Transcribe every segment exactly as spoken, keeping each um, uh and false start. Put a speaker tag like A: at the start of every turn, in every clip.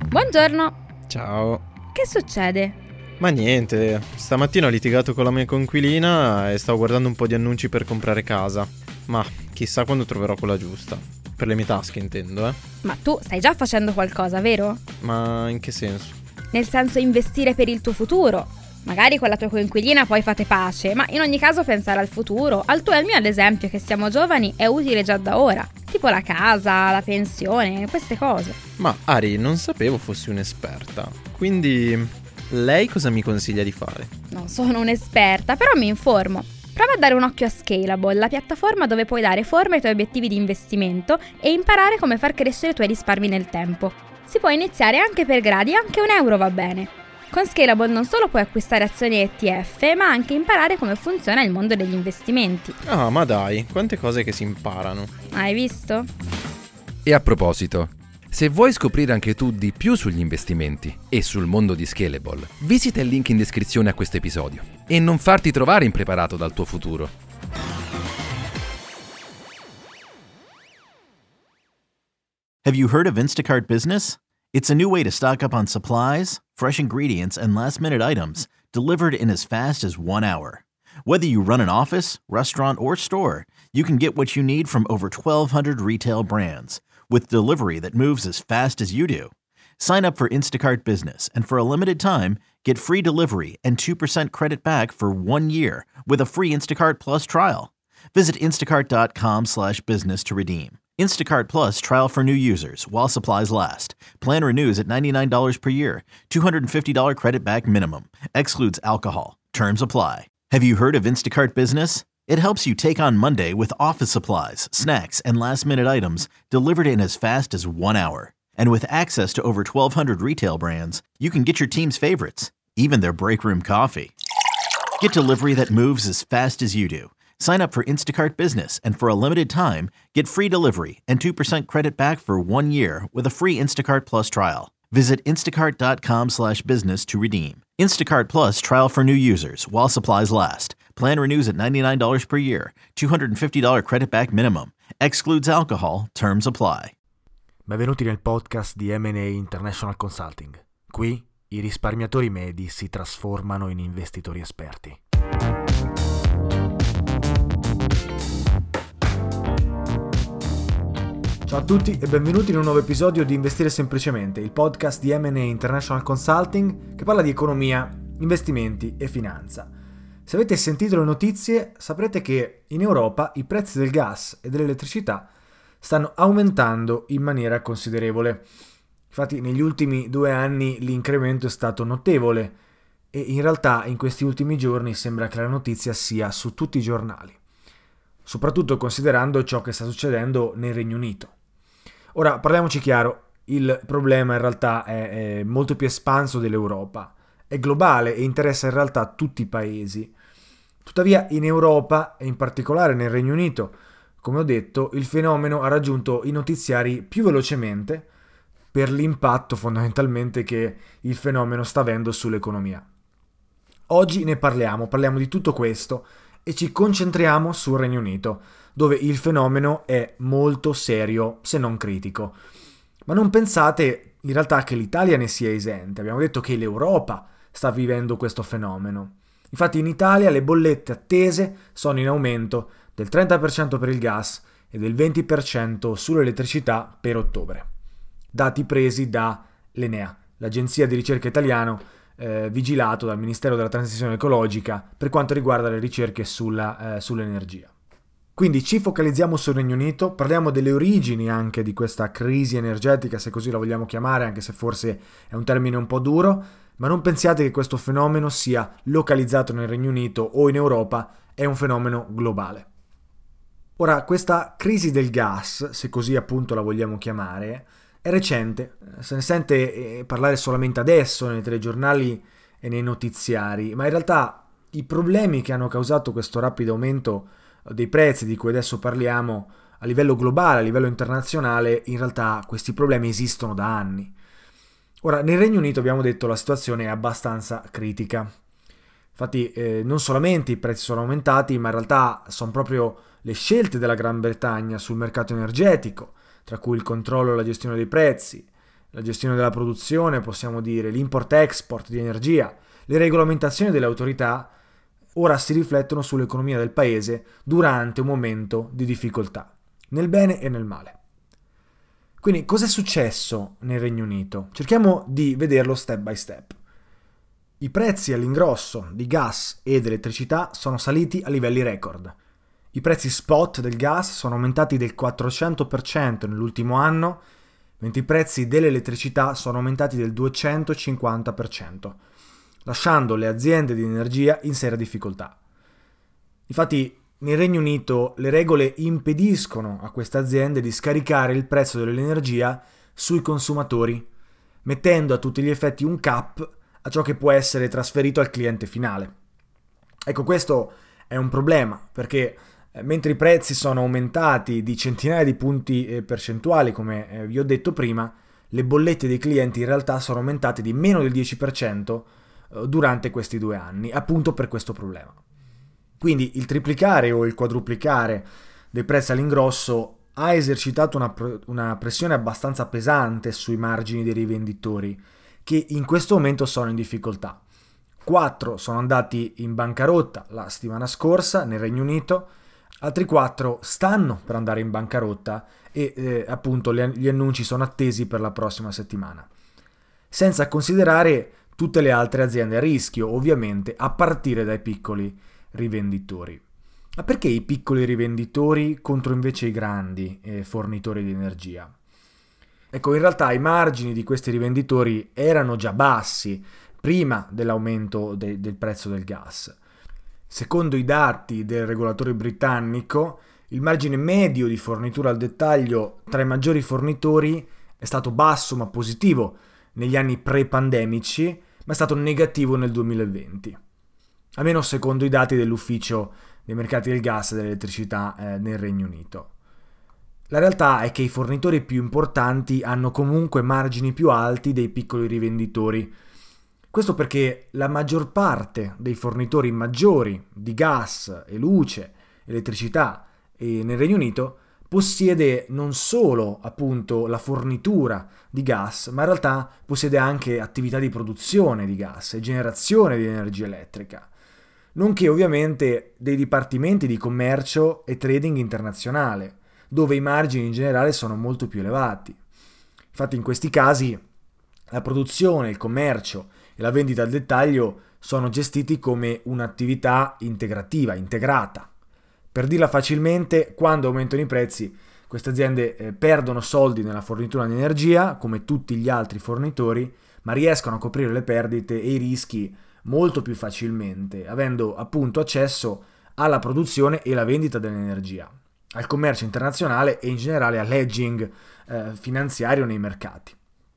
A: Buongiorno.
B: Ciao.
A: Che succede?
B: Ma niente, stamattina ho litigato con la mia coinquilina e stavo guardando un po' di annunci per comprare casa. Ma chissà quando troverò quella giusta. Per le mie tasche intendo, eh.
A: Ma tu stai già facendo qualcosa, vero?
B: Ma in che senso?
A: Nel senso investire per il tuo futuro. Magari con la tua coinquilina poi fate pace, ma in ogni caso pensare al futuro, al tuo e al mio ad esempio, che siamo giovani, è utile già da ora. Tipo la casa, la pensione, queste cose.
B: Ma Ari, non sapevo fossi un'esperta. Quindi lei cosa mi consiglia di fare?
A: Non sono un'esperta, però mi informo. Prova a dare un occhio a Scalable, la piattaforma dove puoi dare forma ai tuoi obiettivi di investimento e imparare come far crescere i tuoi risparmi nel tempo. Si può iniziare anche per gradi, anche un euro va bene. Con Scalable non solo puoi acquistare azioni E T F, ma anche imparare come funziona il mondo degli investimenti.
B: Ah, ma dai, quante cose che si imparano.
A: Hai visto?
C: E a proposito, se vuoi scoprire anche tu di più sugli investimenti e sul mondo di Scalable, visita il link in descrizione a questo episodio e non farti trovare impreparato dal tuo futuro.
D: Have you heard of Instacart Business? It's a new way to stock up on supplies, fresh ingredients, and last-minute items delivered in as fast as one hour. Whether you run an office, restaurant, or store, you can get what you need from over twelve hundred retail brands with delivery that moves as fast as you do. Sign up for Instacart Business and for a limited time, get free delivery and two percent credit back for one year with a free Instacart Plus trial. Visit instacart.com slash business to redeem. Instacart Plus trial for new users while supplies last. Plan renews at ninety-nine dollars per year. two hundred fifty dollars credit back minimum. Excludes alcohol. Terms apply. Have you heard of Instacart Business? It helps you take on Monday with office supplies, snacks, and last-minute items delivered in as fast as one hour. And with access to over twelve hundred retail brands, you can get your team's favorites, even their break room coffee. Get delivery that moves as fast as you do. Sign up for Instacart Business and for a limited time, get free delivery and two percent credit back for one year with a free Instacart Plus trial. Visit instacart.com slash business to redeem. Instacart Plus trial for new users while supplies last. Plan renews at ninety-nine dollars per year. two hundred fifty dollars credit back minimum. Excludes alcohol. Terms apply.
E: Benvenuti nel podcast di M and A International Consulting. Qui i risparmiatori medi si trasformano in investitori esperti. Ciao a tutti e benvenuti in un nuovo episodio di Investire Semplicemente, il podcast di M and A International Consulting che parla di economia, investimenti e finanza. Se avete sentito le notizie saprete che in Europa i prezzi del gas e dell'elettricità stanno aumentando in maniera considerevole. Infatti negli ultimi due anni l'incremento è stato notevole e in realtà in questi ultimi giorni sembra che la notizia sia su tutti i giornali, soprattutto considerando ciò che sta succedendo nel Regno Unito. Ora, parliamoci chiaro, il problema in realtà è, è molto più espanso dell'Europa, è globale e interessa in realtà tutti i paesi. Tuttavia in Europa, e in particolare nel Regno Unito, come ho detto, il fenomeno ha raggiunto i notiziari più velocemente per l'impatto fondamentalmente che il fenomeno sta avendo sull'economia. Oggi ne parliamo, parliamo di tutto questo e ci concentriamo sul Regno Unito, dove il fenomeno è molto serio, se non critico. Ma non pensate in realtà che l'Italia ne sia esente. Abbiamo detto che l'Europa sta vivendo questo fenomeno. Infatti in Italia le bollette attese sono in aumento del trenta per cento per il gas e del venti per cento sull'elettricità per ottobre. Dati presi da l'Enea, l'agenzia di ricerca italiano eh, vigilato dal Ministero della Transizione Ecologica per quanto riguarda le ricerche sulla, eh, sull'energia. Quindi ci focalizziamo sul Regno Unito, parliamo delle origini anche di questa crisi energetica, se così la vogliamo chiamare, anche se forse è un termine un po' duro, ma non pensiate che questo fenomeno sia localizzato nel Regno Unito o in Europa, è un fenomeno globale. Ora, questa crisi del gas, se così appunto la vogliamo chiamare, è recente, se ne sente parlare solamente adesso nei telegiornali e nei notiziari, ma in realtà i problemi che hanno causato questo rapido aumento dei prezzi di cui adesso parliamo a livello globale, a livello internazionale, in realtà questi problemi esistono da anni. Ora, nel Regno Unito abbiamo detto la situazione è abbastanza critica. Infatti eh, non solamente i prezzi sono aumentati, ma in realtà sono proprio le scelte della Gran Bretagna sul mercato energetico, tra cui il controllo e la gestione dei prezzi, la gestione della produzione, possiamo dire, l'import-export di energia, le regolamentazioni delle autorità, ora si riflettono sull'economia del paese durante un momento di difficoltà, nel bene e nel male. Quindi cosa è successo nel Regno Unito? Cerchiamo di vederlo step by step. I prezzi all'ingrosso di gas ed elettricità sono saliti a livelli record. I prezzi spot del gas sono aumentati del quattrocento per cento nell'ultimo anno, mentre i prezzi dell'elettricità sono aumentati del duecentocinquanta per cento, lasciando le aziende di energia in seria difficoltà. Infatti, nel Regno Unito le regole impediscono a queste aziende di scaricare il prezzo dell'energia sui consumatori, mettendo a tutti gli effetti un cap a ciò che può essere trasferito al cliente finale. Ecco, questo è un problema, perché eh, mentre i prezzi sono aumentati di centinaia di punti eh, percentuali, come eh, vi ho detto prima, le bollette dei clienti in realtà sono aumentate di meno del dieci per cento eh, durante questi due anni, appunto per questo problema. Quindi il triplicare o il quadruplicare dei prezzi all'ingrosso ha esercitato una, una pressione abbastanza pesante sui margini dei rivenditori, che in questo momento sono in difficoltà. Quattro sono andati in bancarotta la settimana scorsa nel Regno Unito, altri quattro stanno per andare in bancarotta e eh, appunto gli annunci sono attesi per la prossima settimana. Senza considerare tutte le altre aziende a rischio, ovviamente, a partire dai piccoli rivenditori. Ma perché i piccoli rivenditori contro invece i grandi eh, fornitori di energia? Ecco, in realtà i margini di questi rivenditori erano già bassi prima dell'aumento de- del prezzo del gas. Secondo i dati del regolatore britannico, il margine medio di fornitura al dettaglio tra i maggiori fornitori è stato basso ma positivo negli anni pre-pandemici, ma è stato negativo nel duemilaventi. Almeno secondo i dati dell'Ufficio dei mercati del gas e dell'elettricità eh, nel Regno Unito. La realtà è che i fornitori più importanti hanno comunque margini più alti dei piccoli rivenditori. Questo perché la maggior parte dei fornitori maggiori di gas e luce, elettricità e nel Regno Unito possiede non solo appunto la fornitura di gas, ma in realtà possiede anche attività di produzione di gas e generazione di energia elettrica, nonché ovviamente dei dipartimenti di commercio e trading internazionale, dove i margini in generale sono molto più elevati. Infatti in questi casi la produzione, il commercio e la vendita al dettaglio sono gestiti come un'attività integrativa, integrata. Per dirla facilmente, quando aumentano i prezzi, queste aziende eh, perdono soldi nella fornitura di energia, come tutti gli altri fornitori, ma riescono a coprire le perdite e i rischi molto più facilmente, avendo appunto accesso alla produzione e la vendita dell'energia, al commercio internazionale e in generale all'hedging eh, finanziario nei mercati.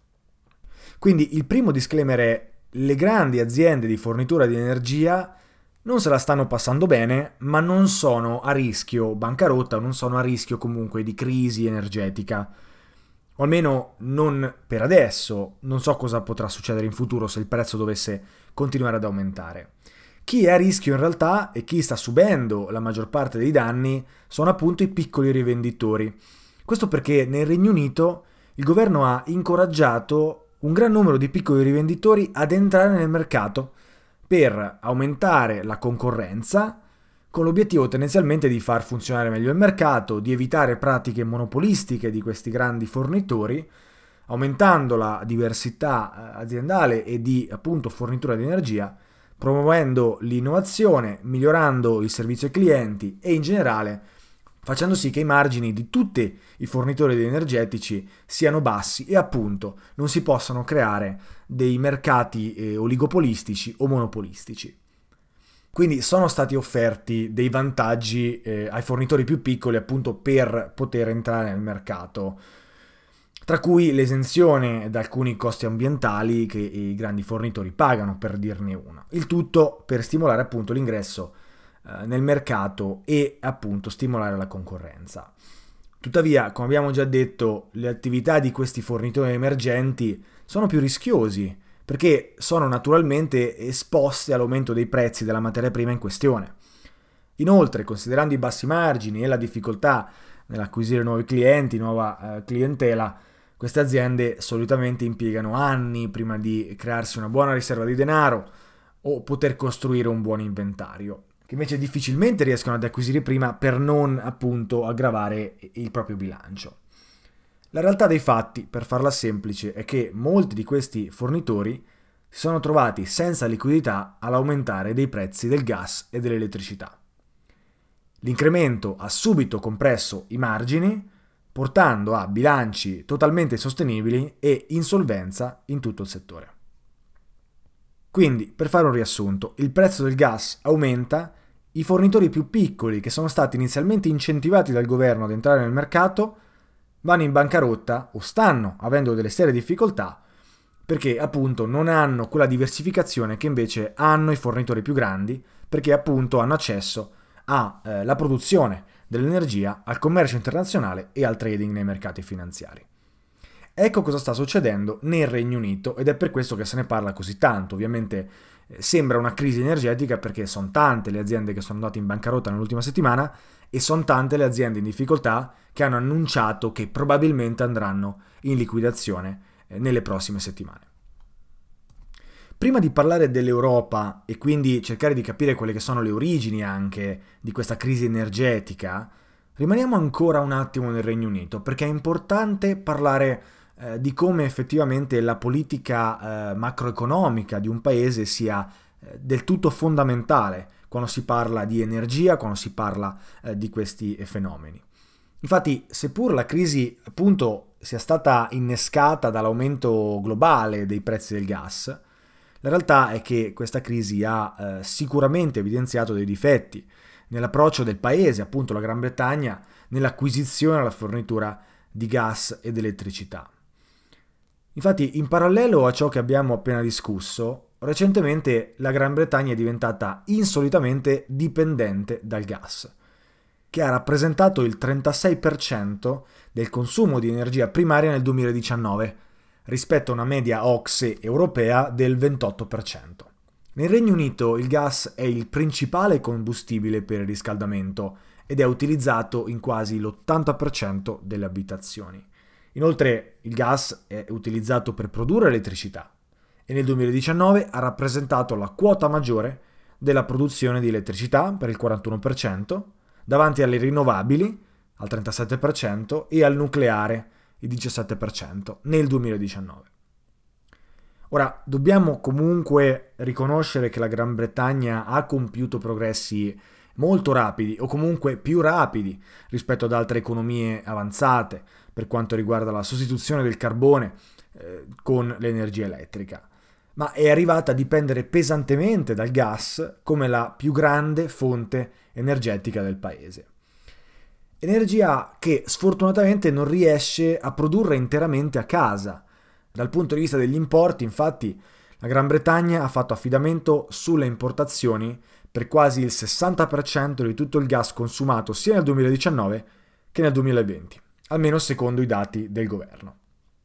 E: Quindi il primo disclaimer è: le grandi aziende di fornitura di energia non se la stanno passando bene, ma non sono a rischio bancarotta, non sono a rischio comunque di crisi energetica. O almeno non per adesso, non so cosa potrà succedere in futuro se il prezzo dovesse continuare ad aumentare. Chi è a rischio in realtà e chi sta subendo la maggior parte dei danni sono appunto i piccoli rivenditori. Questo perché nel Regno Unito il governo ha incoraggiato un gran numero di piccoli rivenditori ad entrare nel mercato per aumentare la concorrenza, con l'obiettivo tendenzialmente di far funzionare meglio il mercato, di evitare pratiche monopolistiche di questi grandi fornitori, aumentando la diversità aziendale e di appunto fornitura di energia, promuovendo l'innovazione, migliorando il servizio ai clienti e in generale facendo sì che i margini di tutti i fornitori energetici siano bassi e appunto non si possano creare dei mercati eh, oligopolistici o monopolistici. Quindi sono stati offerti dei vantaggi eh, ai fornitori più piccoli appunto per poter entrare nel mercato, tra cui l'esenzione da alcuni costi ambientali che i grandi fornitori pagano, per dirne una. Il tutto per stimolare appunto l'ingresso eh, nel mercato e appunto stimolare la concorrenza. Tuttavia, come abbiamo già detto, le attività di questi fornitori emergenti sono più rischiosi perché sono naturalmente esposte all'aumento dei prezzi della materia prima in questione. Inoltre, considerando i bassi margini e la difficoltà nell'acquisire nuovi clienti, nuova eh, clientela, Queste aziende solitamente impiegano anni prima di crearsi una buona riserva di denaro o poter costruire un buon inventario, che invece difficilmente riescono ad acquisire prima per non appunto aggravare il proprio bilancio. La realtà dei fatti, per farla semplice, è che molti di questi fornitori si sono trovati senza liquidità all'aumentare dei prezzi del gas e dell'elettricità. L'incremento ha subito compresso i margini, portando a bilanci totalmente insostenibili e insolvenza in tutto il settore. Quindi, per fare un riassunto, il prezzo del gas aumenta, i fornitori più piccoli, che sono stati inizialmente incentivati dal governo ad entrare nel mercato, vanno in bancarotta o stanno avendo delle serie difficoltà perché appunto non hanno quella diversificazione che invece hanno i fornitori più grandi, perché appunto hanno accesso alla eh, produzione dell'energia, al commercio internazionale e al trading nei mercati finanziari. Ecco cosa sta succedendo nel Regno Unito ed è per questo che se ne parla così tanto. Ovviamente eh, sembra una crisi energetica perché sono tante le aziende che sono andate in bancarotta nell'ultima settimana e sono tante le aziende in difficoltà che hanno annunciato che probabilmente andranno in liquidazione eh, nelle prossime settimane. Prima di parlare dell'Europa e quindi cercare di capire quelle che sono le origini anche di questa crisi energetica, rimaniamo ancora un attimo nel Regno Unito, perché è importante parlare eh, di come effettivamente la politica eh, macroeconomica di un paese sia eh, del tutto fondamentale quando si parla di energia, quando si parla eh, di questi fenomeni. Infatti, seppur la crisi appunto sia stata innescata dall'aumento globale dei prezzi del gas, la realtà è che questa crisi ha eh, sicuramente evidenziato dei difetti nell'approccio del paese, appunto la Gran Bretagna, nell'acquisizione e alla fornitura di gas ed elettricità. Infatti, in parallelo a ciò che abbiamo appena discusso, recentemente la Gran Bretagna è diventata insolitamente dipendente dal gas, che ha rappresentato il trentasei per cento del consumo di energia primaria nel duemiladiciannove, rispetto a una media O C S E europea del ventotto per cento. Nel Regno Unito il gas è il principale combustibile per il riscaldamento ed è utilizzato in quasi l'ottanta per cento delle abitazioni. Inoltre il gas è utilizzato per produrre elettricità e nel duemiladiciannove ha rappresentato la quota maggiore della produzione di elettricità per il quarantuno per cento, davanti alle rinnovabili al trentasette per cento e al nucleare il diciassette per cento nel duemiladiciannove. Ora, dobbiamo comunque riconoscere che la Gran Bretagna ha compiuto progressi molto rapidi o comunque più rapidi rispetto ad altre economie avanzate per quanto riguarda la sostituzione del carbone eh, con l'energia elettrica, ma è arrivata a dipendere pesantemente dal gas come la più grande fonte energetica del paese. Energia che sfortunatamente non riesce a produrre interamente a casa. Dal punto di vista degli importi, infatti, la Gran Bretagna ha fatto affidamento sulle importazioni per quasi il sessanta per cento di tutto il gas consumato sia nel duemiladiciannove che nel duemilaventi, almeno secondo i dati del governo.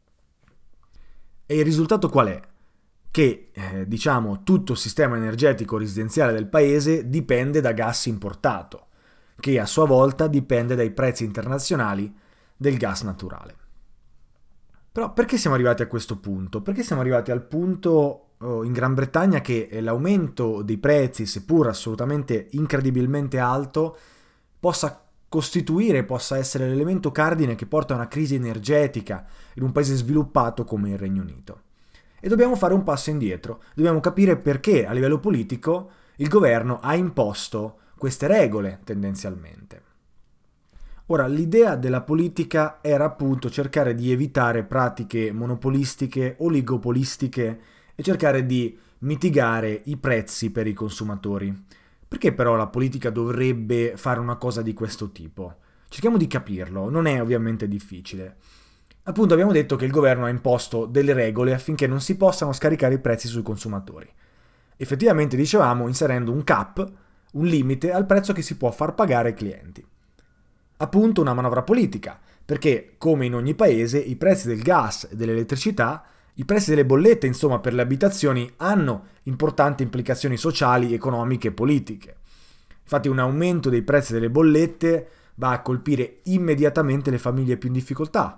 E: E il risultato qual è? Che, eh, diciamo, tutto il sistema energetico residenziale del paese dipende da gas importato, che a sua volta dipende dai prezzi internazionali del gas naturale. Però perché siamo arrivati a questo punto? Perché siamo arrivati al punto oh, in Gran Bretagna che l'aumento dei prezzi, seppur assolutamente incredibilmente alto, possa costituire, possa essere l'elemento cardine che porta a una crisi energetica in un paese sviluppato come il Regno Unito. E dobbiamo fare un passo indietro, dobbiamo capire perché a livello politico il governo ha imposto queste regole tendenzialmente. Ora, l'idea della politica era appunto cercare di evitare pratiche monopolistiche, oligopolistiche e cercare di mitigare i prezzi per i consumatori. Perché però la politica dovrebbe fare una cosa di questo tipo? Cerchiamo di capirlo, non è ovviamente difficile. Appunto abbiamo detto che il governo ha imposto delle regole affinché non si possano scaricare i prezzi sui consumatori. Effettivamente dicevamo inserendo un cap, un limite al prezzo che si può far pagare ai clienti. Appunto una manovra politica, perché come in ogni paese i prezzi del gas e dell'elettricità, i prezzi delle bollette insomma per le abitazioni hanno importanti implicazioni sociali, economiche e politiche. Infatti un aumento dei prezzi delle bollette va a colpire immediatamente le famiglie più in difficoltà,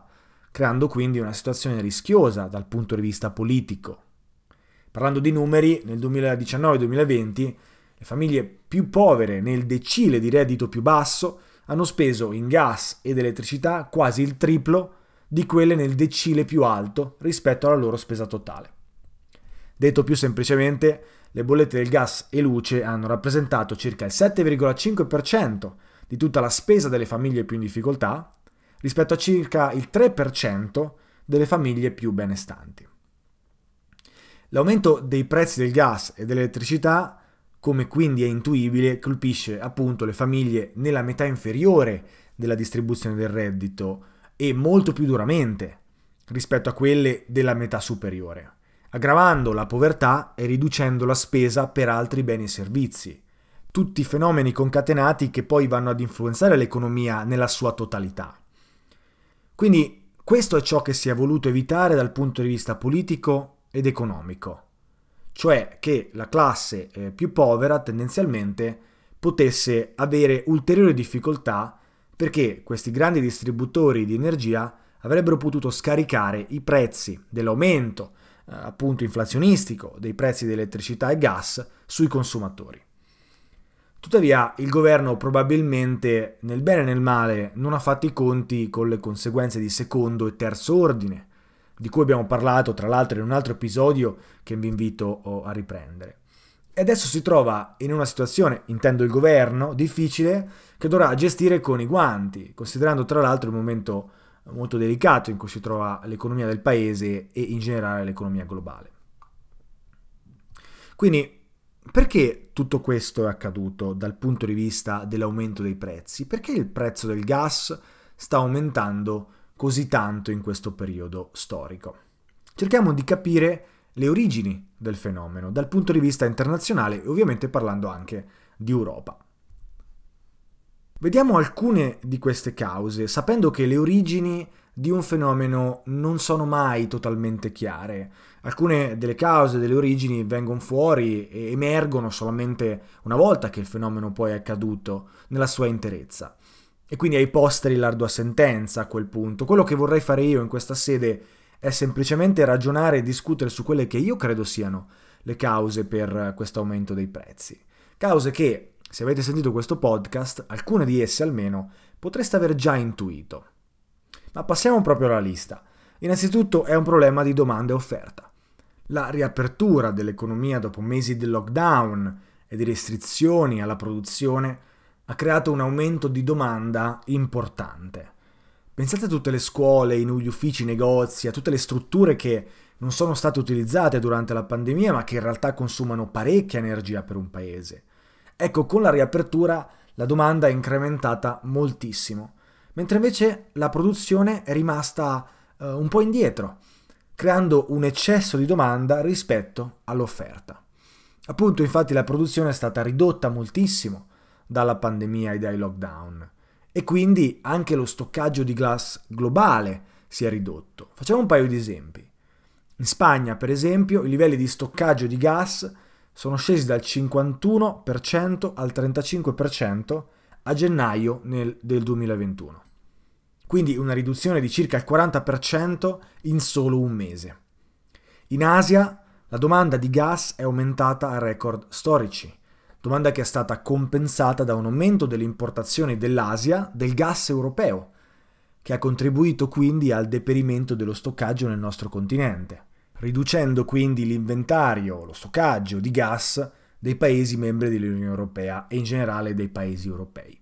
E: creando quindi una situazione rischiosa dal punto di vista politico. Parlando di numeri, nel duemiladiciannove duemilaventi le famiglie più povere nel decile di reddito più basso hanno speso in gas ed elettricità quasi il triplo di quelle nel decile più alto rispetto alla loro spesa totale. Detto più semplicemente, le bollette del gas e luce hanno rappresentato circa il sette virgola cinque per cento di tutta la spesa delle famiglie più in difficoltà, rispetto a circa il tre per cento delle famiglie più benestanti. L'aumento dei prezzi del gas e dell'elettricità, come quindi è intuibile, colpisce appunto le famiglie nella metà inferiore della distribuzione del reddito e molto più duramente rispetto a quelle della metà superiore, aggravando la povertà e riducendo la spesa per altri beni e servizi. Tutti fenomeni concatenati che poi vanno ad influenzare l'economia nella sua totalità. Quindi questo è ciò che si è voluto evitare dal punto di vista politico ed economico, cioè che la classe eh, più povera tendenzialmente potesse avere ulteriori difficoltà perché questi grandi distributori di energia avrebbero potuto scaricare i prezzi dell'aumento eh, appunto inflazionistico dei prezzi di elettricità e gas sui consumatori. Tuttavia il governo probabilmente nel bene e nel male non ha fatto i conti con le conseguenze di secondo e terzo ordine, di cui abbiamo parlato tra l'altro in un altro episodio che vi invito a riprendere. E adesso si trova in una situazione, intendo il governo, difficile, che dovrà gestire con i guanti, considerando tra l'altro il momento molto delicato in cui si trova l'economia del paese e in generale l'economia globale. Quindi, perché tutto questo è accaduto dal punto di vista dell'aumento dei prezzi? Perché il prezzo del gas sta aumentando così tanto in questo periodo storico? Cerchiamo di capire le origini del fenomeno dal punto di vista internazionale e ovviamente parlando anche di Europa. Vediamo alcune di queste cause, sapendo che le origini di un fenomeno non sono mai totalmente chiare. Alcune delle cause, delle origini vengono fuori e emergono solamente una volta che il fenomeno poi è accaduto nella sua interezza. E quindi ai posteri l'ardua sentenza a quel punto. Quello che vorrei fare io in questa sede è semplicemente ragionare e discutere su quelle che io credo siano le cause per questo aumento dei prezzi. Cause che, se avete sentito questo podcast, alcune di esse almeno, potreste aver già intuito. Ma passiamo proprio alla lista. Innanzitutto è un problema di domanda e offerta. La riapertura dell'economia dopo mesi di lockdown e di restrizioni alla produzione ha creato un aumento di domanda importante. Pensate a tutte le scuole, gli uffici, i negozi, a tutte le strutture che non sono state utilizzate durante la pandemia ma che in realtà consumano parecchia energia per un paese. Ecco, con la riapertura la domanda è incrementata moltissimo, mentre invece la produzione è rimasta uh, un po' indietro, creando un eccesso di domanda rispetto all'offerta. Appunto, infatti, la produzione è stata ridotta moltissimo dalla pandemia e dai lockdown e quindi anche lo stoccaggio di gas globale si è ridotto. Facciamo un paio di esempi. In Spagna, per esempio, i livelli di stoccaggio di gas sono scesi dal cinquantuno per cento al trentacinque per cento a gennaio nel, del duemilaventuno. Quindi una riduzione di circa il quaranta per cento in solo un mese. In Asia la domanda di gas è aumentata a record storici, domanda che è stata compensata da un aumento delle importazioni dell'Asia del gas europeo, che ha contribuito quindi al deperimento dello stoccaggio nel nostro continente, riducendo quindi l'inventario, lo stoccaggio di gas dei paesi membri dell'Unione Europea e in generale dei paesi europei.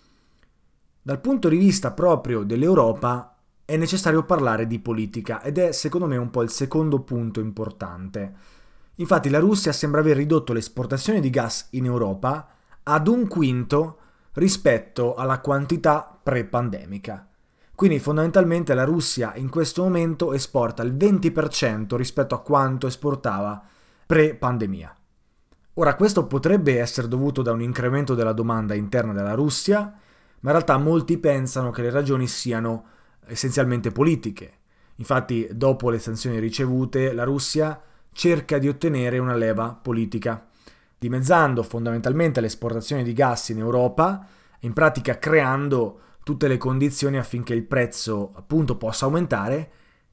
E: Dal punto di vista proprio dell'Europa è necessario parlare di politica ed è secondo me un po' il secondo punto importante. Infatti la Russia sembra aver ridotto le esportazioni di gas in Europa ad un quinto rispetto alla quantità pre-pandemica. Quindi fondamentalmente la Russia in questo momento esporta il venti per cento rispetto a quanto esportava pre-pandemia. Ora questo potrebbe essere dovuto da un incremento della domanda interna della Russia, ma in realtà molti pensano che le ragioni siano essenzialmente politiche. Infatti dopo le sanzioni ricevute la Russia cerca di ottenere una leva politica, dimezzando fondamentalmente le esportazioni di gas in Europa, in pratica creando tutte le condizioni affinché il prezzo appunto possa aumentare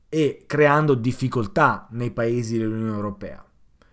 E: e creando difficoltà nei paesi dell'Unione Europea.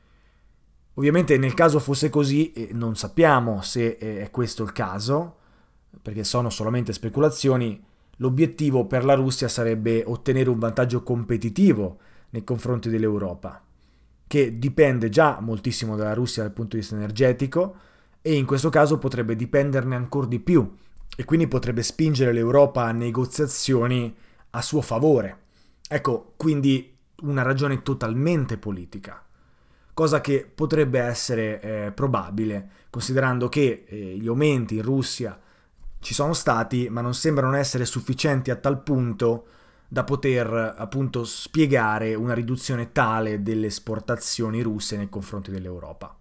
E: Ovviamente nel caso fosse così, eh, non sappiamo se è questo il caso, perché sono solamente speculazioni. L'obiettivo per la Russia sarebbe ottenere un vantaggio competitivo nei confronti dell'Europa, che dipende già moltissimo dalla Russia dal punto di vista energetico e in questo caso potrebbe dipenderne ancora di più e quindi potrebbe spingere l'Europa a negoziazioni a suo favore. Ecco, quindi una ragione totalmente politica, cosa che potrebbe essere eh, probabile, considerando che eh, gli aumenti in Russia ci sono stati, ma non sembrano essere sufficienti a tal punto da poter appunto spiegare una riduzione tale delle esportazioni russe nei confronti dell'Europa.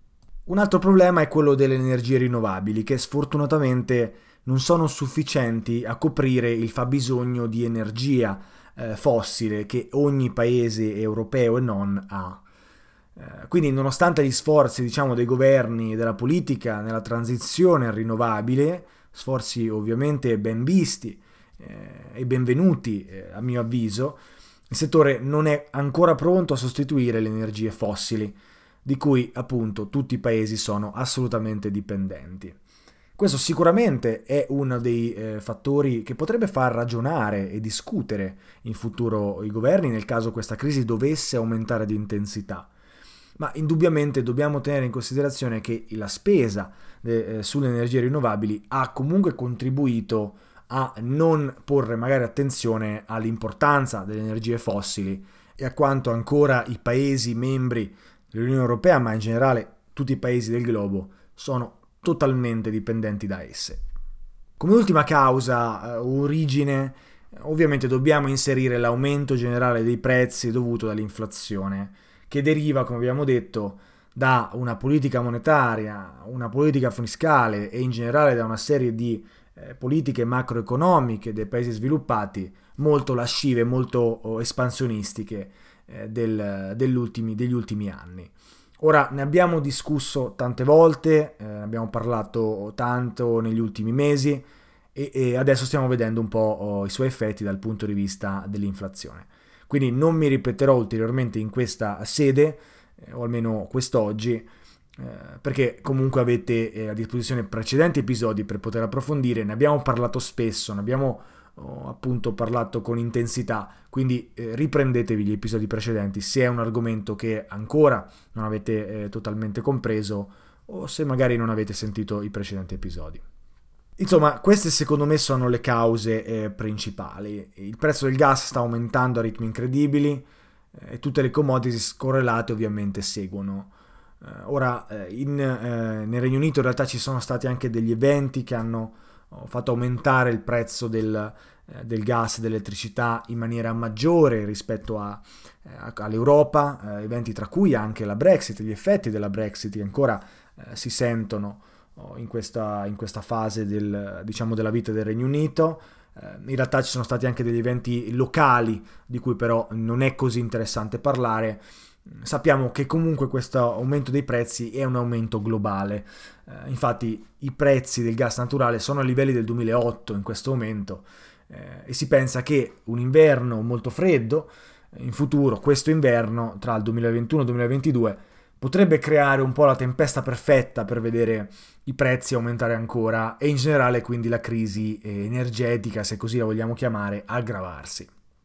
E: Un altro problema è quello delle energie rinnovabili, che sfortunatamente non sono sufficienti a coprire il fabbisogno di energia eh, fossile che ogni paese europeo e non ha. Eh, quindi nonostante gli sforzi, diciamo, dei governi e della politica nella transizione al rinnovabile, sforzi ovviamente ben visti eh, e benvenuti eh, a mio avviso, il settore non è ancora pronto a sostituire le energie fossili, di cui appunto tutti i paesi sono assolutamente dipendenti. Questo sicuramente è uno dei eh, fattori che potrebbe far ragionare e discutere in futuro i governi nel caso questa crisi dovesse aumentare di intensità. Ma indubbiamente dobbiamo tenere in considerazione che la spesa eh, sulle energie rinnovabili ha comunque contribuito a non porre magari attenzione all'importanza delle energie fossili e a quanto ancora i paesi membri dell'Unione Europea, ma in generale tutti i paesi del globo, sono totalmente dipendenti da esse. Come ultima causa, eh, origine, ovviamente dobbiamo inserire l'aumento generale dei prezzi dovuto dall'inflazione, che deriva, come abbiamo detto, da una politica monetaria, una politica fiscale e in generale da una serie di eh, politiche macroeconomiche dei paesi sviluppati molto lascive, molto oh, espansionistiche eh, del, degli, ultimi, degli ultimi anni. Ora, ne abbiamo discusso tante volte, eh, ne abbiamo parlato tanto negli ultimi mesi e, e adesso stiamo vedendo un po' oh, i suoi effetti dal punto di vista dell'inflazione. Quindi non mi ripeterò ulteriormente in questa sede, eh, o almeno quest'oggi, eh, perché comunque avete eh, a disposizione precedenti episodi per poter approfondire, ne abbiamo parlato spesso, ne abbiamo oh, appunto parlato con intensità, quindi eh, riprendetevi gli episodi precedenti se è un argomento che ancora non avete eh, totalmente compreso o se magari non avete sentito i precedenti episodi. Insomma, queste secondo me sono le cause eh, principali. Il prezzo del gas sta aumentando a ritmi incredibili eh, e tutte le commodities correlate ovviamente seguono. Eh, ora, eh, in, eh, nel Regno Unito in realtà ci sono stati anche degli eventi che hanno oh, fatto aumentare il prezzo del, eh, del gas e dell'elettricità in maniera maggiore rispetto a, eh, all'Europa, eh, eventi tra cui anche la Brexit, gli effetti della Brexit che ancora eh, si sentono In questa, in questa fase del, diciamo, della vita del Regno Unito. Eh, in realtà ci sono stati anche degli eventi locali di cui però non è così interessante parlare. Sappiamo che comunque questo aumento dei prezzi è un aumento globale. Eh, infatti i prezzi del gas naturale sono a livelli del duemilaotto in questo momento eh, e si pensa che un inverno molto freddo in futuro, questo inverno tra il duemilaventuno e il duemilaventidue, potrebbe creare un po' la tempesta perfetta per vedere i prezzi aumentare ancora e in generale quindi la crisi energetica, se così la vogliamo chiamare, aggravarsi.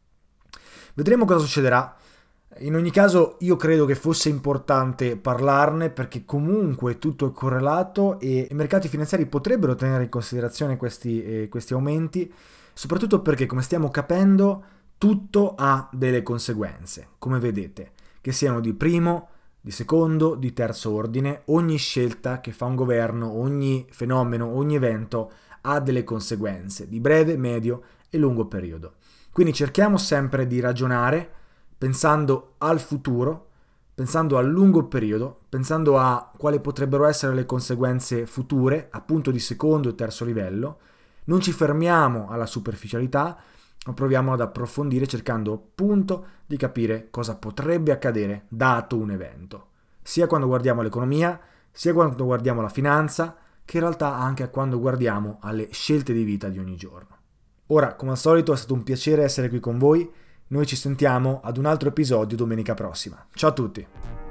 E: Vedremo cosa succederà. In ogni caso io credo che fosse importante parlarne perché comunque tutto è correlato e i mercati finanziari potrebbero tenere in considerazione questi, eh, questi aumenti, soprattutto perché, come stiamo capendo, tutto ha delle conseguenze, come vedete, che siano di primo, di secondo, di terzo ordine. Ogni scelta che fa un governo, ogni fenomeno, ogni evento ha delle conseguenze di breve, medio e lungo periodo. Quindi cerchiamo sempre di ragionare pensando al futuro, pensando al lungo periodo, pensando a quali potrebbero essere le conseguenze future, appunto di secondo e terzo livello. Non ci fermiamo alla superficialità, ma proviamo ad approfondire cercando appunto di capire cosa potrebbe accadere dato un evento, sia quando guardiamo l'economia, sia quando guardiamo la finanza, che in realtà anche quando guardiamo alle scelte di vita di ogni giorno. Ora, come al solito, è stato un piacere essere qui con voi. Noi ci sentiamo ad un altro episodio domenica prossima. Ciao a tutti!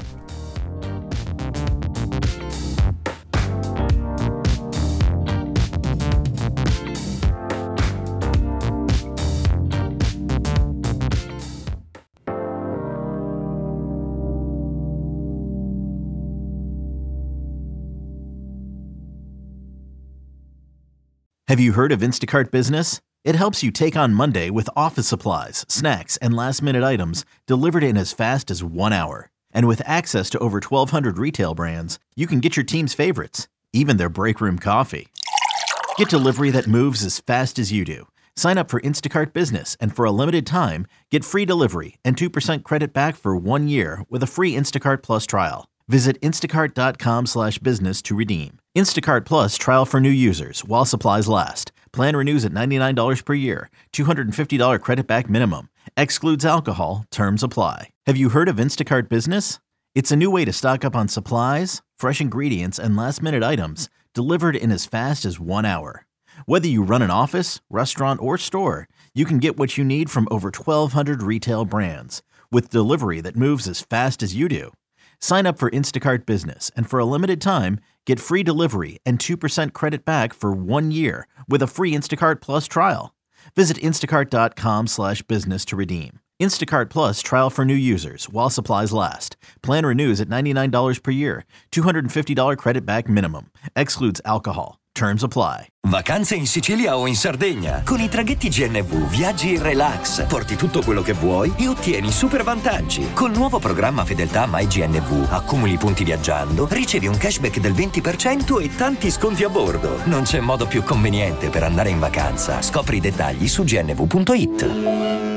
D: Have you heard of Instacart Business? It helps you take on Monday with office supplies, snacks, and last-minute items delivered in as fast as one hour. And with access to over twelve hundred retail brands, you can get your team's favorites, even their break room coffee. Get delivery that moves as fast as you do. Sign up for Instacart Business, and for a limited time, get free delivery and two percent credit back for one year with a free Instacart Plus trial. Visit instacart.com slash business to redeem. Instacart Plus trial for new users while supplies last. Plan renews at ninety-nine dollars per year. two hundred fifty dollars credit back minimum. Excludes alcohol. Terms apply. Have you heard of Instacart Business? It's a new way to stock up on supplies, fresh ingredients, and last-minute items delivered in as fast as one hour. Whether you run an office, restaurant, or store, you can get what you need from over twelve hundred retail brands with delivery that moves as fast as you do. Sign up for Instacart Business, and for a limited time, get free delivery and two percent credit back for one year with a free Instacart Plus trial. Visit instacart.com slash business to redeem. Instacart Plus trial for new users while supplies last. Plan renews at ninety-nine dollars per year. two hundred fifty dollars credit back minimum. Excludes alcohol. Terms apply.
F: Vacanze in Sicilia o in Sardegna. Con i traghetti G N V viaggi in relax, porti tutto quello che vuoi e ottieni super vantaggi. Col nuovo programma Fedeltà MyGNV accumuli punti viaggiando, ricevi un cashback del venti per cento e tanti sconti a bordo. Non c'è modo più conveniente per andare in vacanza. Scopri i dettagli su gnv punto it.